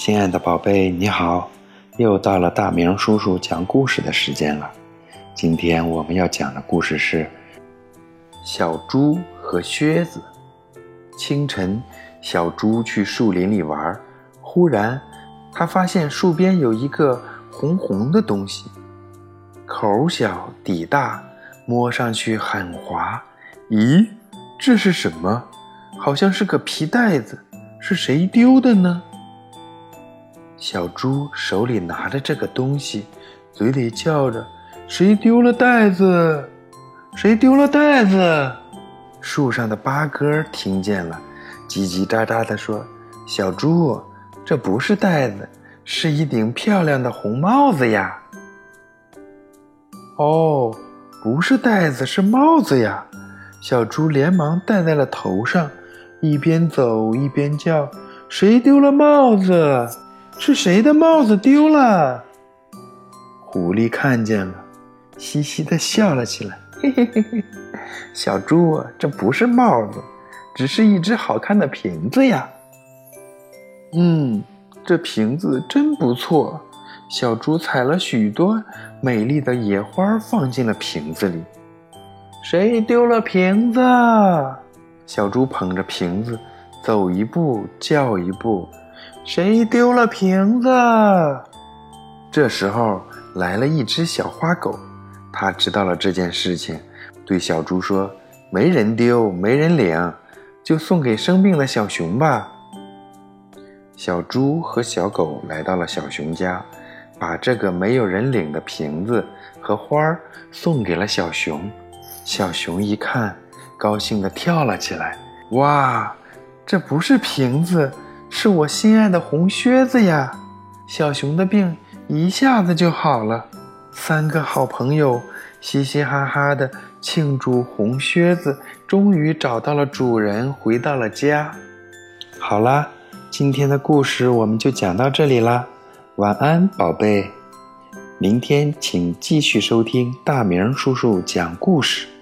亲爱的宝贝，你好，又到了大明叔叔讲故事的时间了。今天我们要讲的故事是小猪和靴子。清晨，小猪去树林里玩，忽然他发现树边有一个红红的东西，口小底大，摸上去很滑。咦，这是什么？好像是个皮袋子，是谁丢的呢？小猪手里拿着这个东西，嘴里叫着：谁丢了袋子？谁丢了袋子？树上的八哥听见了，叽叽喳喳地说：小猪，这不是袋子，是一顶漂亮的红帽子呀。哦，不是袋子，是帽子呀。小猪连忙戴在了头上，一边走一边叫：谁丢了帽子？是谁的帽子丢了？狐狸看见了，嘻嘻地笑了起来，嘿嘿嘿嘿，小猪啊，这不是帽子，只是一只好看的瓶子呀。这瓶子真不错。小猪采了许多美丽的野花放进了瓶子里。谁丢了瓶子？小猪捧着瓶子走一步叫一步，谁丢了瓶子？这时候来了一只小花狗，它知道了这件事情，对小猪说：没人丢，没人领，就送给生病的小熊吧。小猪和小狗来到了小熊家，把这个没有人领的瓶子和花送给了小熊。小熊一看，高兴地跳了起来，哇，这不是瓶子，是我心爱的红靴子呀！小熊的病一下子就好了。三个好朋友嘻嘻哈哈地庆祝红靴子终于找到了主人，回到了家。好啦，今天的故事我们就讲到这里啦，晚安，宝贝。明天请继续收听大明叔叔讲故事。